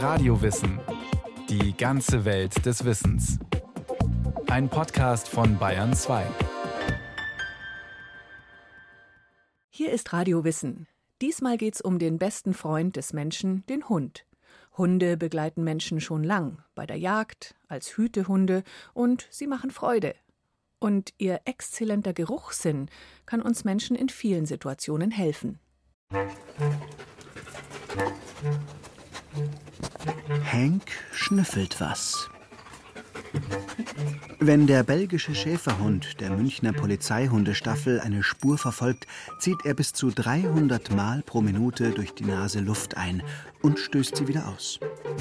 Radiowissen. Die ganze Welt des Wissens. Ein Podcast von Bayern 2. Hier ist Radiowissen. Diesmal geht's um den besten Freund des Menschen, den Hund. Hunde begleiten Menschen schon lang, bei der Jagd, als Hütehunde, und sie machen Freude. Und ihr exzellenter Geruchssinn kann uns Menschen in vielen Situationen helfen. Hank schnüffelt was. Wenn der belgische Schäferhund der Münchner Polizeihundestaffel eine Spur verfolgt, zieht er bis zu 300 Mal pro Minute durch die Nase Luft ein und stößt sie wieder aus.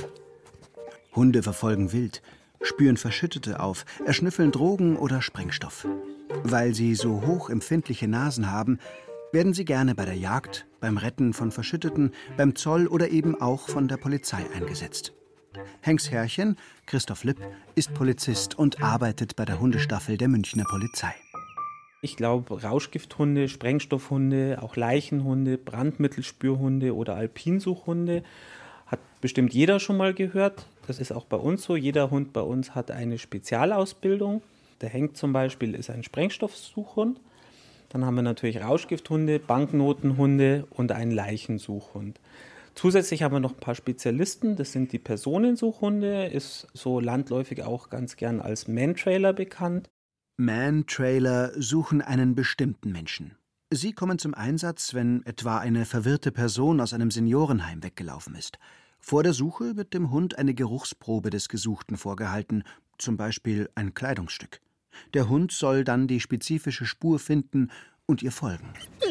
Hunde verfolgen wild, spüren Verschüttete auf, erschnüffeln Drogen oder Sprengstoff. Weil sie so hochempfindliche Nasen haben, werden sie gerne bei der Jagd, beim Retten von Verschütteten, beim Zoll oder eben auch von der Polizei eingesetzt. Hanks Herrchen, Christoph Lipp, ist Polizist und arbeitet bei der Hundestaffel der Münchner Polizei. Ich glaube, Rauschgifthunde, Sprengstoffhunde, auch Leichenhunde, Brandmittelspürhunde oder Alpinsuchhunde hat bestimmt jeder schon mal gehört. Das ist auch bei uns so. Jeder Hund bei uns hat eine Spezialausbildung. Der Hank zum Beispiel ist ein Sprengstoffsuchhund. Dann haben wir natürlich Rauschgifthunde, Banknotenhunde und einen Leichensuchhund. Zusätzlich haben wir noch ein paar Spezialisten, das sind die Personensuchhunde, ist so landläufig auch ganz gern als Mantrailer bekannt. Mantrailer suchen einen bestimmten Menschen. Sie kommen zum Einsatz, wenn etwa eine verwirrte Person aus einem Seniorenheim weggelaufen ist. Vor der Suche wird dem Hund eine Geruchsprobe des Gesuchten vorgehalten, zum Beispiel ein Kleidungsstück. Der Hund soll dann die spezifische Spur finden und ihr folgen.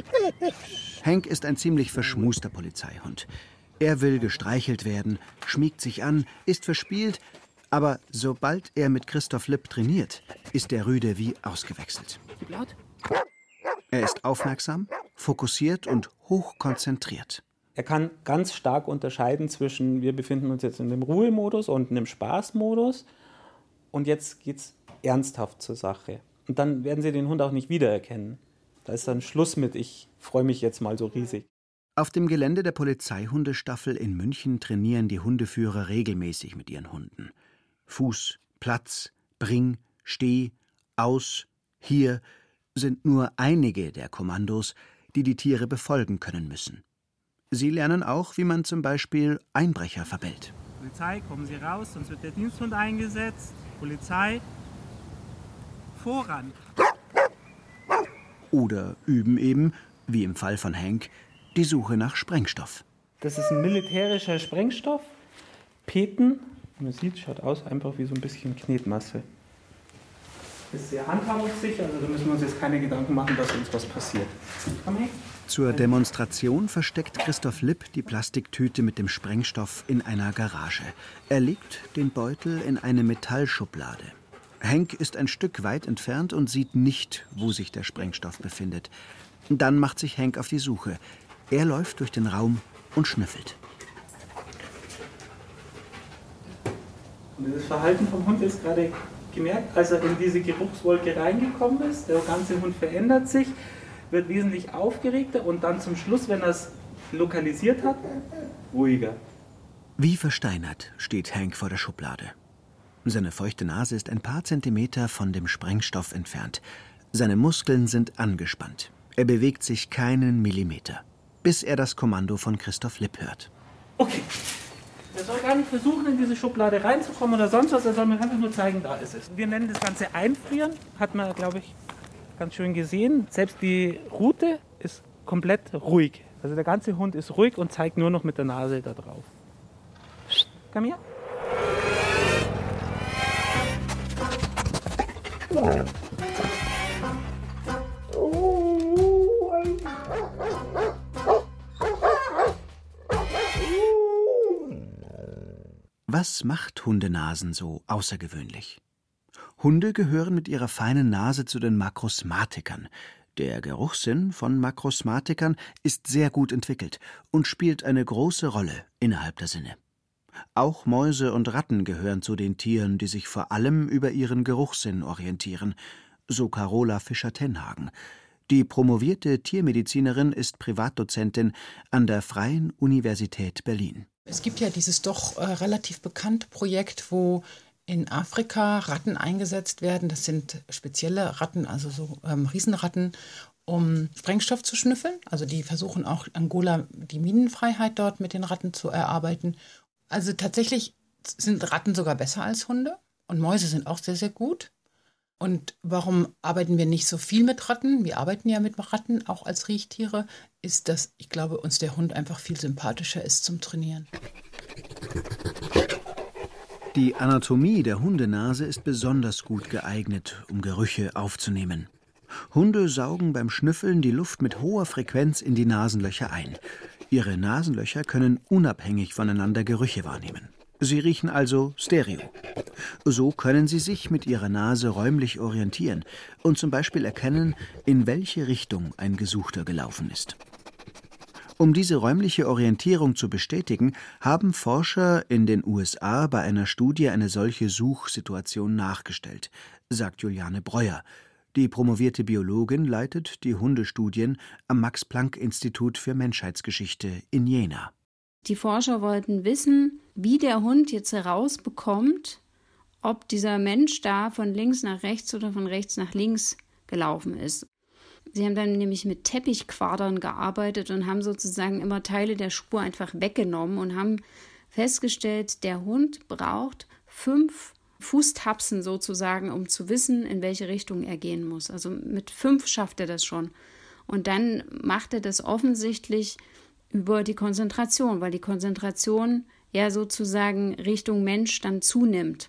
Hank ist ein ziemlich verschmuster Polizeihund. Er will gestreichelt werden, schmiegt sich an, ist verspielt, aber sobald er mit Christoph Lipp trainiert, ist der Rüde wie ausgewechselt. Er ist aufmerksam, fokussiert und hochkonzentriert. Er kann ganz stark unterscheiden zwischen, wir befinden uns jetzt in dem Ruhemodus und in dem Spaßmodus und jetzt geht's ernsthaft zur Sache. Und dann werden Sie den Hund auch nicht wiedererkennen. Da ist dann Schluss mit, ich freue mich jetzt mal so riesig. Auf dem Gelände der Polizeihundestaffel in München trainieren die Hundeführer regelmäßig mit ihren Hunden. Fuß, Platz, Bring, Steh, Aus, Hier sind nur einige der Kommandos, die die Tiere befolgen können müssen. Sie lernen auch, wie man zum Beispiel Einbrecher verbellt. Polizei, kommen Sie raus, sonst wird der Diensthund eingesetzt. Polizei, voran. Oder üben eben, wie im Fall von Hank, die Suche nach Sprengstoff. Das ist ein militärischer Sprengstoff, Peten. Man sieht, schaut aus einfach wie so ein bisschen Knetmasse. Ist sehr handhabungssicher, also da müssen wir uns jetzt keine Gedanken machen, dass uns was passiert. Komm her. Zur Demonstration versteckt Christoph Lipp die Plastiktüte mit dem Sprengstoff in einer Garage. Er legt den Beutel in eine Metallschublade. Hank ist ein Stück weit entfernt und sieht nicht, wo sich der Sprengstoff befindet. Dann macht sich Hank auf die Suche. Er läuft durch den Raum und schnüffelt. Und das Verhalten vom Hund ist gerade gemerkt, als er in diese Geruchswolke reingekommen ist. Der ganze Hund verändert sich, wird wesentlich aufgeregter und dann zum Schluss, wenn er es lokalisiert hat, ruhiger. Wie versteinert steht Hank vor der Schublade. Seine feuchte Nase ist ein paar Zentimeter von dem Sprengstoff entfernt. Seine Muskeln sind angespannt. Er bewegt sich keinen Millimeter, bis er das Kommando von Christoph Lipp hört. Okay. Er soll gar nicht versuchen, in diese Schublade reinzukommen oder sonst was. Er soll mir einfach nur zeigen, da ist es. Wir nennen das Ganze Einfrieren. Hat man, glaube ich, ganz schön gesehen. Selbst die Rute ist komplett ruhig. Also der ganze Hund ist ruhig und zeigt nur noch mit der Nase da drauf. Komm her. Was macht Hundenasen so außergewöhnlich? Hunde gehören mit ihrer feinen Nase zu den Makrosmatikern. Der Geruchssinn von Makrosmatikern ist sehr gut entwickelt und spielt eine große Rolle innerhalb der Sinne. Auch Mäuse und Ratten gehören zu den Tieren, die sich vor allem über ihren Geruchssinn orientieren, so Carola Fischer-Tenhagen. Die promovierte Tiermedizinerin ist Privatdozentin an der Freien Universität Berlin. Es gibt ja dieses doch relativ bekannte Projekt, wo in Afrika Ratten eingesetzt werden. Das sind spezielle Ratten, also so Riesenratten, um Sprengstoff zu schnüffeln. Also die versuchen auch Angola die Minenfreiheit dort mit den Ratten zu erarbeiten. Also tatsächlich sind Ratten sogar besser als Hunde und Mäuse sind auch sehr, sehr gut. Und warum arbeiten wir nicht so viel mit Ratten? Wir arbeiten ja mit Ratten auch als Riechtiere. Ist, dass ich glaube, uns der Hund einfach viel sympathischer ist zum Trainieren. Die Anatomie der Hundenase ist besonders gut geeignet, um Gerüche aufzunehmen. Hunde saugen beim Schnüffeln die Luft mit hoher Frequenz in die Nasenlöcher ein. Ihre Nasenlöcher können unabhängig voneinander Gerüche wahrnehmen. Sie riechen also stereo. So können sie sich mit ihrer Nase räumlich orientieren und zum Beispiel erkennen, in welche Richtung ein Gesuchter gelaufen ist. Um diese räumliche Orientierung zu bestätigen, haben Forscher in den USA bei einer Studie eine solche Suchsituation nachgestellt, sagt Juliane Breuer. Die promovierte Biologin leitet die Hundestudien am Max-Planck-Institut für Menschheitsgeschichte in Jena. Die Forscher wollten wissen, wie der Hund jetzt herausbekommt, ob dieser Mensch da von links nach rechts oder von rechts nach links gelaufen ist. Sie haben dann nämlich mit Teppichquadern gearbeitet und haben sozusagen immer Teile der Spur einfach weggenommen und haben festgestellt, der Hund braucht 5 Fußtapsen sozusagen, um zu wissen, in welche Richtung er gehen muss. Also mit 5 schafft er das schon. Und dann macht er das offensichtlich über die Konzentration, weil die Konzentration ja sozusagen Richtung Mensch dann zunimmt.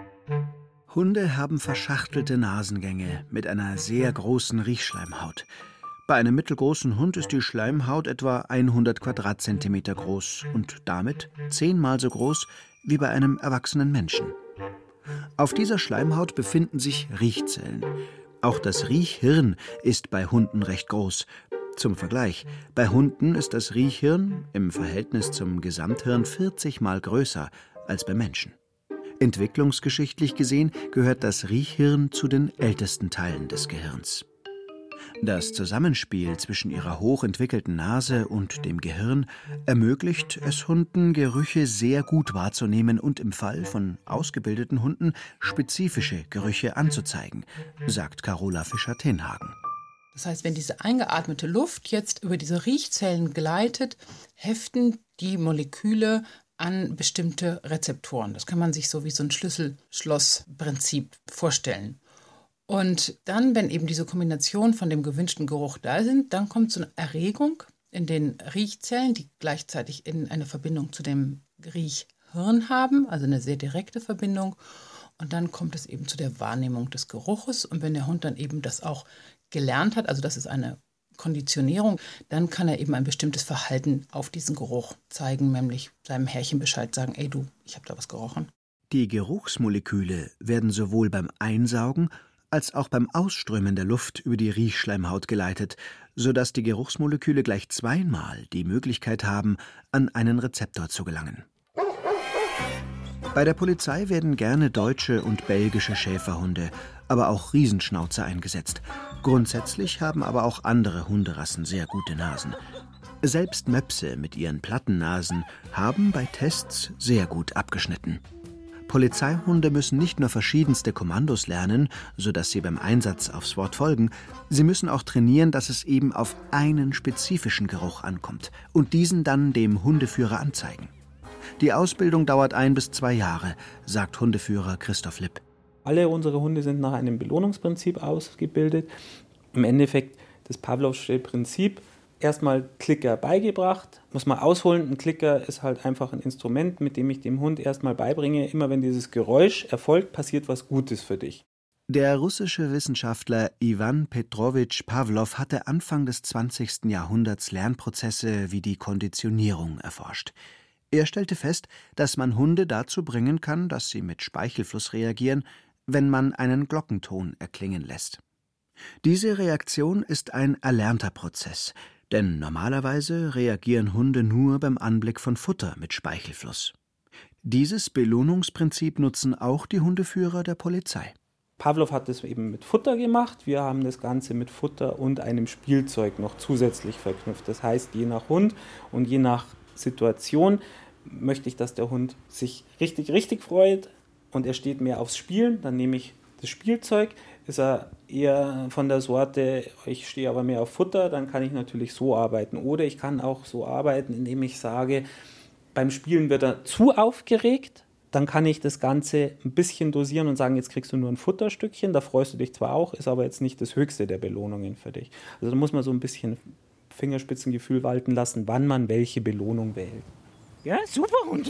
Hunde haben verschachtelte Nasengänge mit einer sehr großen Riechschleimhaut. Bei einem mittelgroßen Hund ist die Schleimhaut etwa 100 Quadratzentimeter groß und damit 10-mal so groß wie bei einem erwachsenen Menschen. Auf dieser Schleimhaut befinden sich Riechzellen. Auch das Riechhirn ist bei Hunden recht groß. Zum Vergleich, bei Hunden ist das Riechhirn im Verhältnis zum Gesamthirn 40-mal größer als bei Menschen. Entwicklungsgeschichtlich gesehen gehört das Riechhirn zu den ältesten Teilen des Gehirns. Das Zusammenspiel zwischen ihrer hochentwickelten Nase und dem Gehirn ermöglicht es Hunden, Gerüche sehr gut wahrzunehmen und im Fall von ausgebildeten Hunden spezifische Gerüche anzuzeigen, sagt Carola Fischer-Tenhagen. Das heißt, wenn diese eingeatmete Luft jetzt über diese Riechzellen gleitet, heften die Moleküle an bestimmte Rezeptoren. Das kann man sich so wie so ein Schlüssel-Schloss-Prinzip vorstellen. Und dann, wenn eben diese Kombination von dem gewünschten Geruch da sind, dann kommt so eine Erregung in den Riechzellen, die gleichzeitig eine Verbindung zu dem Riechhirn haben, also eine sehr direkte Verbindung. Und dann kommt es eben zu der Wahrnehmung des Geruches. Und wenn der Hund dann eben das auch gelernt hat, also das ist eine Konditionierung, dann kann er eben ein bestimmtes Verhalten auf diesen Geruch zeigen, nämlich seinem Herrchen Bescheid sagen, ey du, ich habe da was gerochen. Die Geruchsmoleküle werden sowohl beim Einsaugen als auch beim Ausströmen der Luft über die Riechschleimhaut geleitet, sodass die Geruchsmoleküle gleich 2-mal die Möglichkeit haben, an einen Rezeptor zu gelangen. Bei der Polizei werden gerne deutsche und belgische Schäferhunde, aber auch Riesenschnauzer eingesetzt. Grundsätzlich haben aber auch andere Hunderassen sehr gute Nasen. Selbst Möpse mit ihren platten Nasen haben bei Tests sehr gut abgeschnitten. Polizeihunde müssen nicht nur verschiedenste Kommandos lernen, sodass sie beim Einsatz aufs Wort folgen, sie müssen auch trainieren, dass es eben auf einen spezifischen Geruch ankommt und diesen dann dem Hundeführer anzeigen. Die Ausbildung dauert 1 bis 2 Jahre, sagt Hundeführer Christoph Lipp. Alle unsere Hunde sind nach einem Belohnungsprinzip ausgebildet. Im Endeffekt das Pavlovsche Prinzip. Erstmal Klicker beigebracht, muss man ausholen. Ein Klicker ist halt einfach ein Instrument, mit dem ich dem Hund erstmal beibringe, immer wenn dieses Geräusch erfolgt, passiert was Gutes für dich. Der russische Wissenschaftler Iwan Petrowitsch Pawlow hatte Anfang des 20. Jahrhunderts Lernprozesse wie die Konditionierung erforscht. Er stellte fest, dass man Hunde dazu bringen kann, dass sie mit Speichelfluss reagieren, wenn man einen Glockenton erklingen lässt. Diese Reaktion ist ein erlernter Prozess, denn normalerweise reagieren Hunde nur beim Anblick von Futter mit Speichelfluss. Dieses Belohnungsprinzip nutzen auch die Hundeführer der Polizei. Pawlow hat das eben mit Futter gemacht. Wir haben das Ganze mit Futter und einem Spielzeug noch zusätzlich verknüpft. Das heißt, je nach Hund und je nach Situation möchte ich, dass der Hund sich richtig, richtig freut und er steht mehr aufs Spielen, dann nehme ich das Spielzeug. Ist er eher von der Sorte, ich stehe aber mehr auf Futter, dann kann ich natürlich so arbeiten. Oder ich kann auch so arbeiten, indem ich sage, beim Spielen wird er zu aufgeregt, dann kann ich das Ganze ein bisschen dosieren und sagen, jetzt kriegst du nur ein Futterstückchen, da freust du dich zwar auch, ist aber jetzt nicht das höchste der Belohnungen für dich. Also da muss man so ein bisschen Fingerspitzengefühl walten lassen, wann man welche Belohnung wählt. Ja, super Hunde.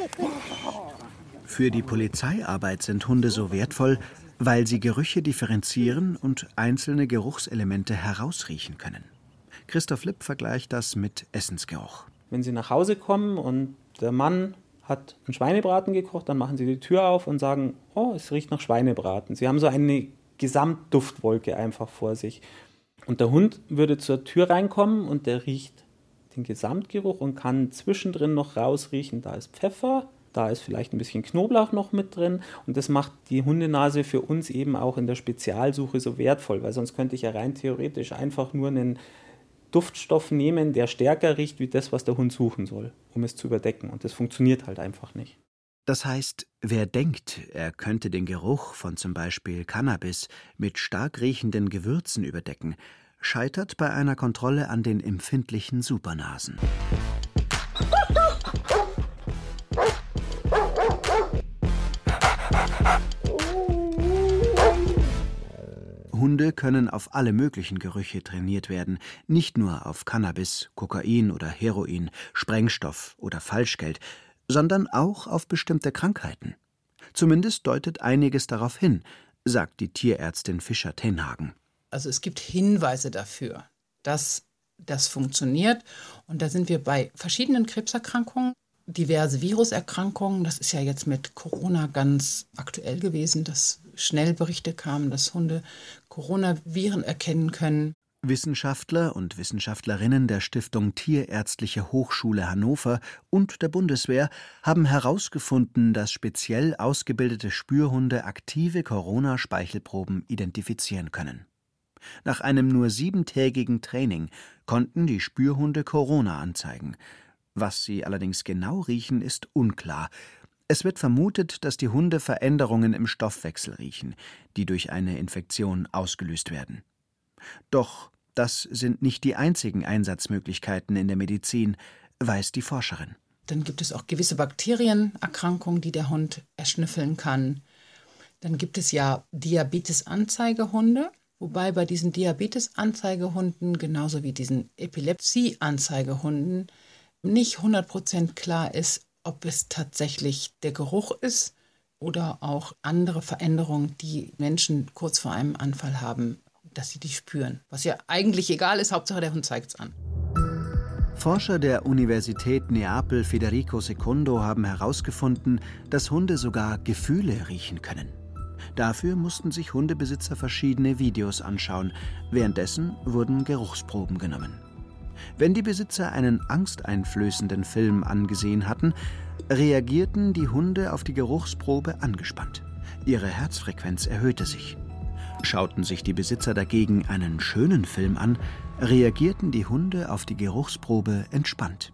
Für die Polizeiarbeit sind Hunde so wertvoll, weil sie Gerüche differenzieren und einzelne Geruchselemente herausriechen können. Christoph Lipp vergleicht das mit Essensgeruch. Wenn Sie nach Hause kommen und der Mann hat einen Schweinebraten gekocht, dann machen Sie die Tür auf und sagen, oh, es riecht nach Schweinebraten. Sie haben so eine Gesamtduftwolke einfach vor sich. Und der Hund würde zur Tür reinkommen und der riecht den Gesamtgeruch und kann zwischendrin noch rausriechen, da ist Pfeffer, da ist vielleicht ein bisschen Knoblauch noch mit drin. Und das macht die Hundenase für uns eben auch in der Spezialsuche so wertvoll, weil sonst könnte ich ja rein theoretisch einfach nur einen Duftstoff nehmen, der stärker riecht wie das, was der Hund suchen soll, um es zu überdecken. Und das funktioniert halt einfach nicht. Das heißt, wer denkt, er könnte den Geruch von zum Beispiel Cannabis mit stark riechenden Gewürzen überdecken, scheitert bei einer Kontrolle an den empfindlichen Supernasen. Hunde können auf alle möglichen Gerüche trainiert werden, nicht nur auf Cannabis, Kokain oder Heroin, Sprengstoff oder Falschgeld, sondern auch auf bestimmte Krankheiten. Zumindest deutet einiges darauf hin, sagt die Tierärztin Fischer-Tenhagen. Also es gibt Hinweise dafür, dass das funktioniert. Und da sind wir bei verschiedenen Krebserkrankungen, diverse Viruserkrankungen. Das ist ja jetzt mit Corona ganz aktuell gewesen, dass schnell Berichte kamen, dass Hunde Coronaviren erkennen können. Wissenschaftler und Wissenschaftlerinnen der Stiftung Tierärztliche Hochschule Hannover und der Bundeswehr haben herausgefunden, dass speziell ausgebildete Spürhunde aktive Corona-Speichelproben identifizieren können. Nach einem nur 7-tägigen Training konnten die Spürhunde Corona anzeigen. Was sie allerdings genau riechen, ist unklar. Es wird vermutet, dass die Hunde Veränderungen im Stoffwechsel riechen, die durch eine Infektion ausgelöst werden. Doch das sind nicht die einzigen Einsatzmöglichkeiten in der Medizin, weiß die Forscherin. Dann gibt es auch gewisse Bakterienerkrankungen, die der Hund erschnüffeln kann. Dann gibt es ja Diabetes-Anzeigehunde, wobei bei diesen Diabetes-Anzeigehunden genauso wie diesen Epilepsie-Anzeigehunden nicht 100% klar ist, ob es tatsächlich der Geruch ist oder auch andere Veränderungen, die Menschen kurz vor einem Anfall haben, dass sie die spüren. Was ja eigentlich egal ist, Hauptsache der Hund zeigt es an. Forscher der Universität Neapel Federico II haben herausgefunden, dass Hunde sogar Gefühle riechen können. Dafür mussten sich Hundebesitzer verschiedene Videos anschauen. Währenddessen wurden Geruchsproben genommen. Wenn die Besitzer einen angsteinflößenden Film angesehen hatten, reagierten die Hunde auf die Geruchsprobe angespannt. Ihre Herzfrequenz erhöhte sich. Schauten sich die Besitzer dagegen einen schönen Film an, reagierten die Hunde auf die Geruchsprobe entspannt.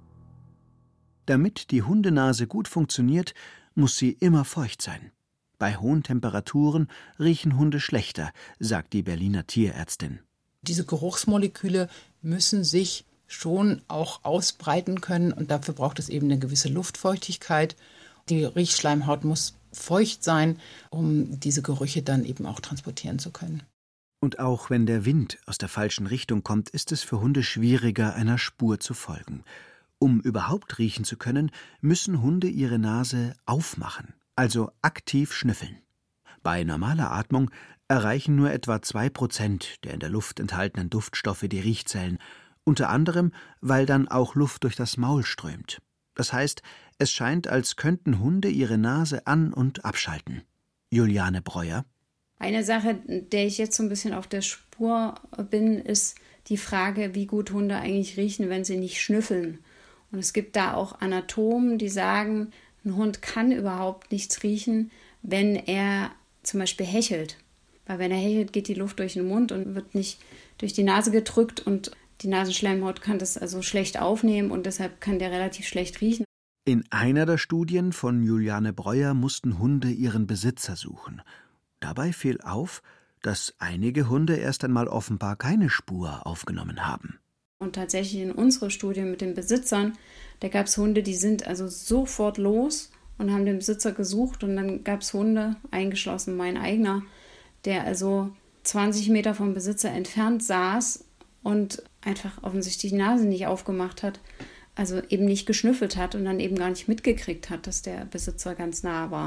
Damit die Hundenase gut funktioniert, muss sie immer feucht sein. Bei hohen Temperaturen riechen Hunde schlechter, sagt die Berliner Tierärztin. Diese Geruchsmoleküle müssen sich schon auch ausbreiten können und dafür braucht es eben eine gewisse Luftfeuchtigkeit. Die Riechschleimhaut muss feucht sein, um diese Gerüche dann eben auch transportieren zu können. Und auch wenn der Wind aus der falschen Richtung kommt, ist es für Hunde schwieriger, einer Spur zu folgen. Um überhaupt riechen zu können, müssen Hunde ihre Nase aufmachen, also aktiv schnüffeln. Bei normaler Atmung erreichen nur etwa 2% der in der Luft enthaltenen Duftstoffe die Riechzellen, unter anderem, weil dann auch Luft durch das Maul strömt. Das heißt, es scheint, als könnten Hunde ihre Nase an- und abschalten. Juliane Breuer. Eine Sache, der ich jetzt so ein bisschen auf der Spur bin, ist die Frage, wie gut Hunde eigentlich riechen, wenn sie nicht schnüffeln. Und es gibt da auch Anatomen, die sagen, ein Hund kann überhaupt nichts riechen, wenn er zum Beispiel hechelt. Weil wenn er hechelt, geht die Luft durch den Mund und wird nicht durch die Nase gedrückt und die Nasenschleimhaut kann das also schlecht aufnehmen und deshalb kann der relativ schlecht riechen. In einer der Studien von Juliane Breuer mussten Hunde ihren Besitzer suchen. Dabei fiel auf, dass einige Hunde erst einmal offenbar keine Spur aufgenommen haben. Und tatsächlich in unserer Studie mit den Besitzern, da gab es Hunde, die sind also sofort los und haben den Besitzer gesucht. Und dann gab es Hunde, eingeschlossen mein eigener, der also 20 Meter vom Besitzer entfernt saß und einfach offensichtlich die Nase nicht aufgemacht hat. Also eben nicht geschnüffelt hat und dann eben gar nicht mitgekriegt hat, dass der Besitzer ganz nah war.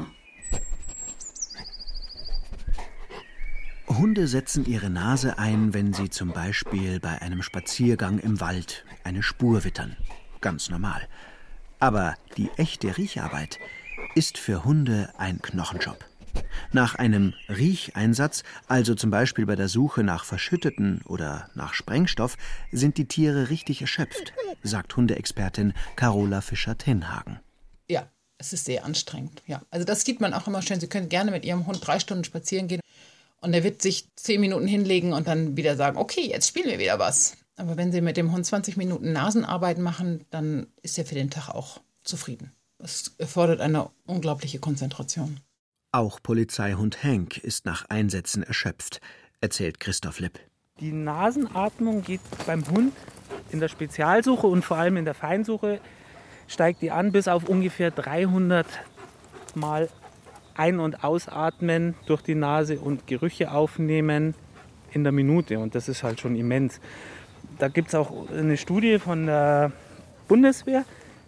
Hunde setzen ihre Nase ein, wenn sie zum Beispiel bei einem Spaziergang im Wald eine Spur wittern. Ganz normal. Aber die echte Riecharbeit ist für Hunde ein Knochenjob. Nach einem Riecheinsatz, also zum Beispiel bei der Suche nach Verschütteten oder nach Sprengstoff, sind die Tiere richtig erschöpft, sagt Hundeexpertin Carola Fischer-Tenhagen. Ja, es ist sehr anstrengend. Ja. Also das sieht man auch immer schön. Sie können gerne mit Ihrem Hund 3 Stunden spazieren gehen und er wird sich 10 Minuten hinlegen und dann wieder sagen, okay, jetzt spielen wir wieder was. Aber wenn Sie mit dem Hund 20 Minuten Nasenarbeit machen, dann ist er für den Tag auch zufrieden. Es erfordert eine unglaubliche Konzentration. Auch Polizeihund Henk ist nach Einsätzen erschöpft, erzählt Christoph Lipp. Die Nasenatmung geht beim Hund in der Spezialsuche und vor allem in der Feinsuche, steigt die an bis auf ungefähr 300 Mal ein- und ausatmen durch die Nase und Gerüche aufnehmen in der Minute. Und das ist halt schon immens. Da gibt es auch eine Studie von der Bundeswehr,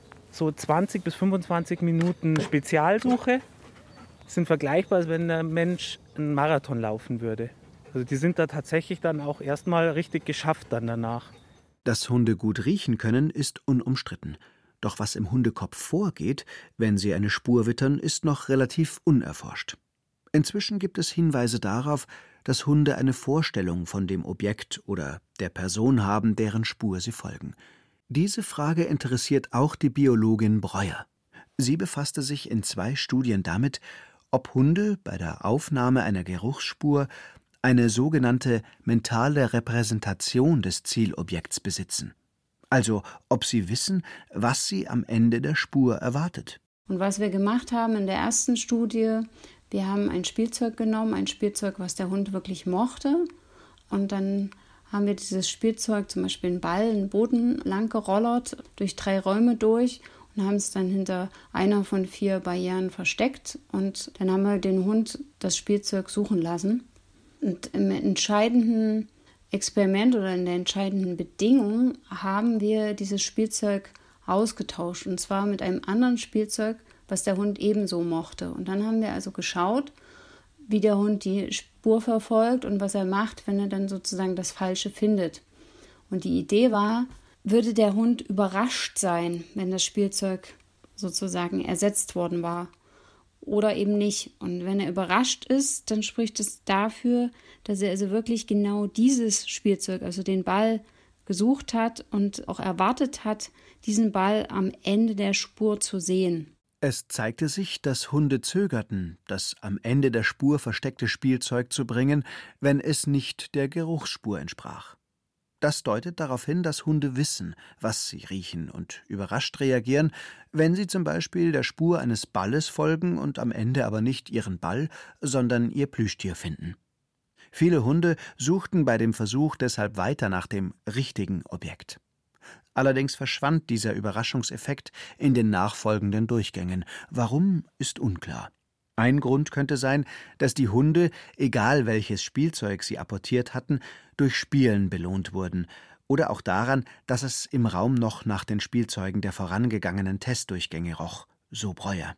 so 20 bis 25 Minuten Spezialsuche sind vergleichbar, als wenn der Mensch einen Marathon laufen würde. Also die sind da tatsächlich dann auch erstmal richtig geschafft dann danach. Dass Hunde gut riechen können, ist unumstritten. Doch was im Hundekopf vorgeht, wenn sie eine Spur wittern, ist noch relativ unerforscht. Inzwischen gibt es Hinweise darauf, dass Hunde eine Vorstellung von dem Objekt oder der Person haben, deren Spur sie folgen. Diese Frage interessiert auch die Biologin Breuer. Sie befasste sich in 2 Studien damit, ob Hunde bei der Aufnahme einer Geruchsspur eine sogenannte mentale Repräsentation des Zielobjekts besitzen. Also ob sie wissen, was sie am Ende der Spur erwartet. Und was wir gemacht haben in der ersten Studie, wir haben ein Spielzeug genommen, ein Spielzeug, was der Hund wirklich mochte. Und dann haben wir dieses Spielzeug, zum Beispiel einen Ball, einen Boden lang gerollert, durch 3 Räume durch und haben es dann hinter einer von 4 Barrieren versteckt. Und dann haben wir den Hund das Spielzeug suchen lassen. Und im entscheidenden Experiment oder in der entscheidenden Bedingung haben wir dieses Spielzeug ausgetauscht. Und zwar mit einem anderen Spielzeug, was der Hund ebenso mochte. Und dann haben wir also geschaut, wie der Hund die Spur verfolgt und was er macht, wenn er dann sozusagen das Falsche findet. Und die Idee war, würde der Hund überrascht sein, wenn das Spielzeug sozusagen ersetzt worden war oder eben nicht. Und wenn er überrascht ist, dann spricht es dafür, dass er also wirklich genau dieses Spielzeug, also den Ball, gesucht hat und auch erwartet hat, diesen Ball am Ende der Spur zu sehen. Es zeigte sich, dass Hunde zögerten, das am Ende der Spur versteckte Spielzeug zu bringen, wenn es nicht der Geruchsspur entsprach. Das deutet darauf hin, dass Hunde wissen, was sie riechen und überrascht reagieren, wenn sie zum Beispiel der Spur eines Balles folgen und am Ende aber nicht ihren Ball, sondern ihr Plüschtier finden. Viele Hunde suchten bei dem Versuch deshalb weiter nach dem richtigen Objekt. Allerdings verschwand dieser Überraschungseffekt in den nachfolgenden Durchgängen. Warum, ist unklar. Ein Grund könnte sein, dass die Hunde, egal welches Spielzeug sie apportiert hatten, durch Spielen belohnt wurden, oder auch daran, dass es im Raum noch nach den Spielzeugen der vorangegangenen Testdurchgänge roch, so Breuer.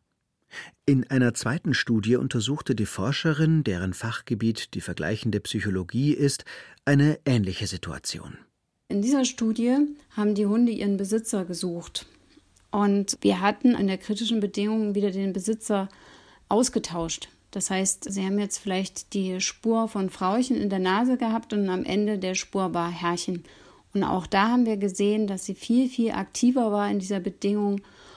In einer 2. Studie untersuchte die Forscherin, deren Fachgebiet die vergleichende Psychologie ist, eine ähnliche Situation. In dieser Studie haben die Hunde ihren Besitzer gesucht. Und wir hatten in der kritischen Bedingung wieder den Besitzer ausgetauscht. Das heißt, sie haben jetzt vielleicht die Spur von Frauchen in der Nase gehabt und am Ende der Spur war Herrchen. Und auch da haben wir gesehen, dass sie viel, viel aktiver war in dieser Bedingung,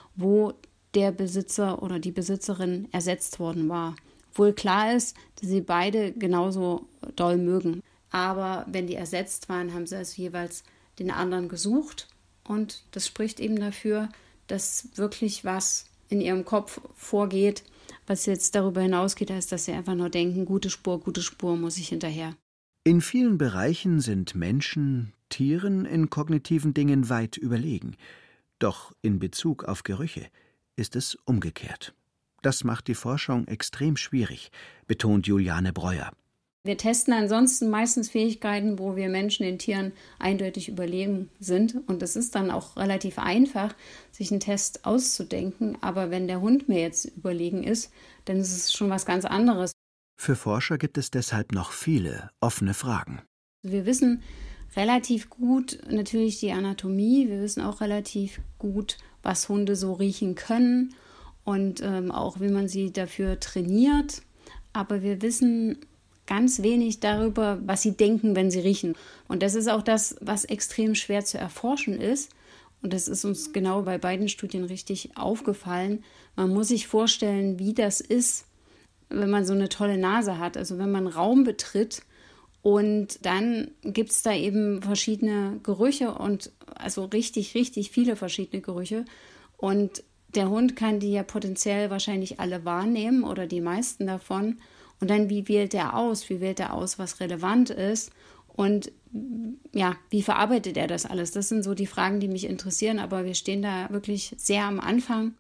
wo der Besitzer oder die Besitzerin ersetzt worden war. Obwohl klar ist, dass sie beide genauso doll mögen. Aber wenn die ersetzt waren, haben sie also jeweils den anderen gesucht. Und das spricht eben dafür, dass wirklich was in ihrem Kopf vorgeht, was jetzt darüber hinausgeht, als dass sie einfach nur denken, gute Spur, muss ich hinterher. In vielen Bereichen sind Menschen Tieren in kognitiven Dingen weit überlegen. Doch in Bezug auf Gerüche ist es umgekehrt. Das macht die Forschung extrem schwierig, betont Juliane Breuer. Wir testen ansonsten meistens Fähigkeiten, wo wir Menschen den Tieren eindeutig überlegen sind. Und es ist dann auch relativ einfach, sich einen Test auszudenken. Aber wenn der Hund mir jetzt überlegen ist, dann ist es schon was ganz anderes. Für Forscher gibt es deshalb noch viele offene Fragen. Wir wissen relativ gut natürlich die Anatomie. Wir wissen auch relativ gut, was Hunde so riechen können und auch, wie man sie dafür trainiert. Aber wir wissen ganz wenig darüber, was sie denken, wenn sie riechen. Und das ist auch das, was extrem schwer zu erforschen ist. Und das ist uns genau bei beiden Studien richtig aufgefallen. Man muss sich vorstellen, wie das ist, wenn man so eine tolle Nase hat. Also wenn man einen Raum betritt und dann gibt es da eben verschiedene Gerüche und also richtig, richtig viele verschiedene Gerüche. Und der Hund kann die ja potenziell wahrscheinlich alle wahrnehmen oder die meisten davon. Und dann, wie wählt er aus? Wie wählt er aus, was relevant ist? Und ja, wie verarbeitet er das alles? Das sind so die Fragen, die mich interessieren. Aber wir stehen da wirklich sehr am Anfang.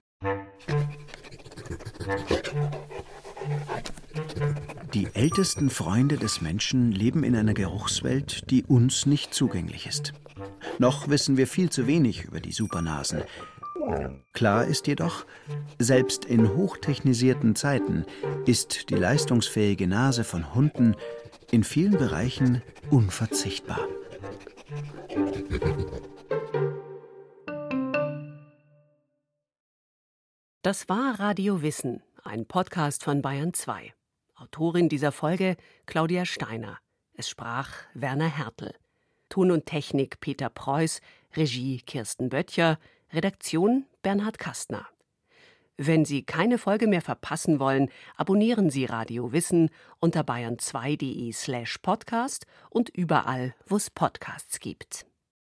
Die ältesten Freunde des Menschen leben in einer Geruchswelt, die uns nicht zugänglich ist. Noch wissen wir viel zu wenig über die Supernasen. Klar ist jedoch, selbst in hochtechnisierten Zeiten ist die leistungsfähige Nase von Hunden in vielen Bereichen unverzichtbar. Das war Radio Wissen, ein Podcast von Bayern 2. Autorin dieser Folge Claudia Steiner. Es sprach Werner Hertel. Ton und Technik Peter Preuß, Regie Kirsten Böttcher, Redaktion Bernhard Kastner. Wenn Sie keine Folge mehr verpassen wollen, abonnieren Sie Radio Wissen unter bayern2.de/podcast und überall, wo es Podcasts gibt.